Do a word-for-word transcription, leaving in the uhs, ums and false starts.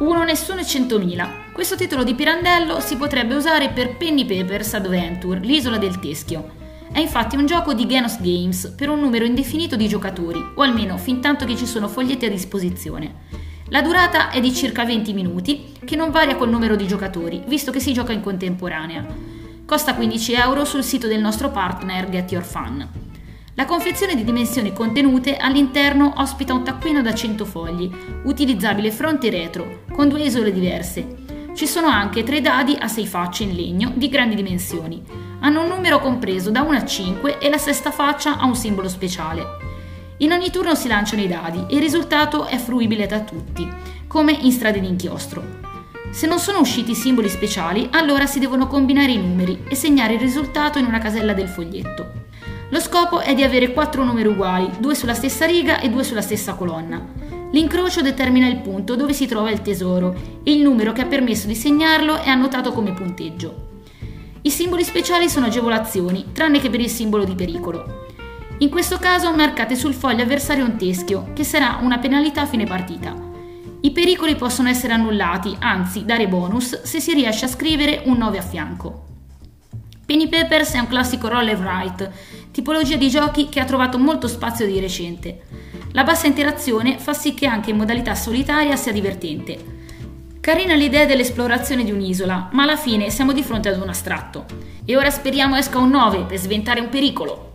Uno, nessuno e centomila. Questo titolo di Pirandello si potrebbe usare per Penny Papers Adventure, l'isola del teschio. È infatti un gioco di Genos Games per un numero indefinito di giocatori, o almeno fin tanto che ci sono foglietti a disposizione. La durata è di circa venti minuti, che non varia col numero di giocatori, visto che si gioca in contemporanea. Costa quindici euro sul sito del nostro partner Get Your Fun. La confezione di dimensioni contenute all'interno ospita un taccuino da cento fogli, utilizzabile fronte e retro, con due isole diverse. Ci sono anche tre dadi a sei facce in legno di grandi dimensioni. Hanno un numero compreso da uno a cinque e la sesta faccia ha un simbolo speciale. In ogni turno si lanciano i dadi e il risultato è fruibile da tutti, come in strade d'inchiostro. Se non sono usciti i simboli speciali, allora si devono combinare i numeri e segnare il risultato in una casella del foglietto. Lo scopo è di avere quattro numeri uguali, due sulla stessa riga e due sulla stessa colonna. L'incrocio determina il punto dove si trova il tesoro e il numero che ha permesso di segnarlo è annotato come punteggio. I simboli speciali sono agevolazioni, tranne che per il simbolo di pericolo. In questo caso marcate sul foglio avversario un teschio, che sarà una penalità a fine partita. I pericoli possono essere annullati, anzi dare bonus, se si riesce a scrivere un nove a fianco. Penny Papers è un classico roll and write, tipologia di giochi che ha trovato molto spazio di recente. La bassa interazione fa sì che anche in modalità solitaria sia divertente. Carina l'idea dell'esplorazione di un'isola, ma alla fine siamo di fronte ad un astratto. E ora speriamo esca un nove per sventare un pericolo.